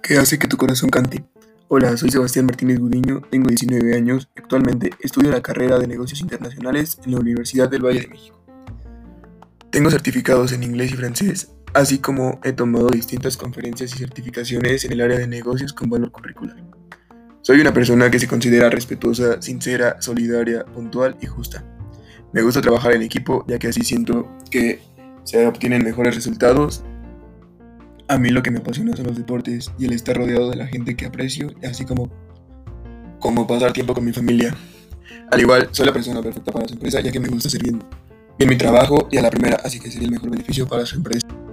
¿Qué hace que tu corazón cante? Hola, soy Sebastián Martínez Gudiño, tengo 19 años y actualmente estudio la carrera de Negocios Internacionales en la Universidad del Valle de México. Tengo certificados en inglés y francés, así como he tomado distintas conferencias y certificaciones en el área de negocios con valor curricular. Soy una persona que se considera respetuosa, sincera, solidaria, puntual y justa. Me gusta trabajar en equipo, ya que así siento que se obtienen mejores resultados. A mí lo que me apasiona son los deportes y el estar rodeado de la gente que aprecio, así como pasar tiempo con mi familia. Al igual, soy la persona perfecta para su empresa, ya que me gusta hacer bien mi trabajo y a la primera, así que sería el mejor beneficio para su empresa.